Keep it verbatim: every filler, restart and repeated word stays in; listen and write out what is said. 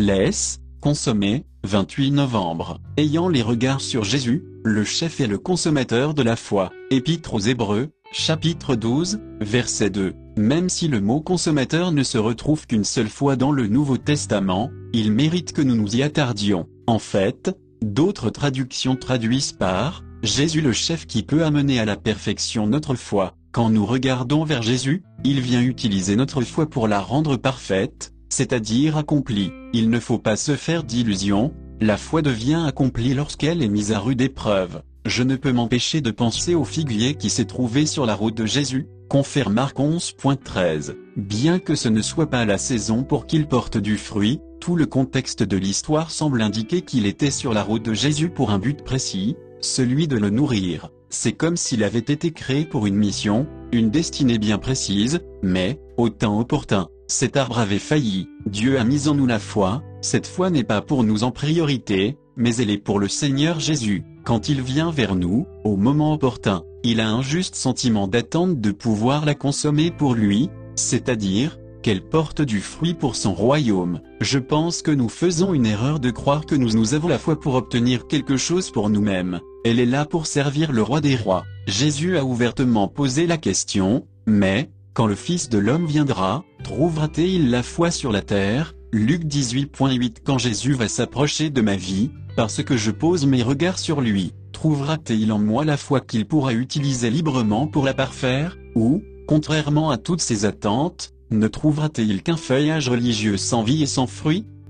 laisse, consommer, vingt-huit novembre. Ayant les regards sur Jésus, le chef et le consommateur de la foi. Épître aux Hébreux, chapitre douze, verset deux. Même si le mot consommateur ne se retrouve qu'une seule fois dans le Nouveau Testament, il mérite que nous nous y attardions. En fait, d'autres traductions traduisent par « Jésus le chef qui peut amener à la perfection notre foi ». Quand nous regardons vers Jésus, il vient utiliser notre foi pour la rendre parfaite, c'est-à-dire accomplie. Il ne faut pas se faire d'illusions, la foi devient accomplie lorsqu'elle est mise à rude épreuve. Je ne peux m'empêcher de penser au figuier qui s'est trouvé sur la route de Jésus, confère Marc onze treize. Bien que ce ne soit pas la saison pour qu'il porte du fruit, tout le contexte de l'histoire semble indiquer qu'il était sur la route de Jésus pour un but précis, celui de le nourrir. C'est comme s'il avait été créé pour une mission, une destinée bien précise, mais, au temps opportun, cet arbre avait failli. Dieu a mis en nous la foi, cette foi n'est pas pour nous en priorité, mais elle est pour le Seigneur Jésus. Quand il vient vers nous, au moment opportun, il a un juste sentiment d'attente de pouvoir la consommer pour lui, c'est-à-dire, qu'elle porte du fruit pour son royaume. Je pense que nous faisons une erreur de croire que nous, nous avons la foi pour obtenir quelque chose pour nous-mêmes. Elle est là pour servir le roi des rois. Jésus a ouvertement posé la question, mais, quand le Fils de l'homme viendra, trouvera-t-il la foi sur la terre? Luc dix-huit huit. Quand Jésus va s'approcher de ma vie, parce que je pose mes regards sur lui, trouvera-t-il en moi la foi qu'il pourra utiliser librement pour la parfaire? Ou, contrairement à toutes ses attentes, ne trouvera-t-il qu'un feuillage religieux sans vie et sans fruit?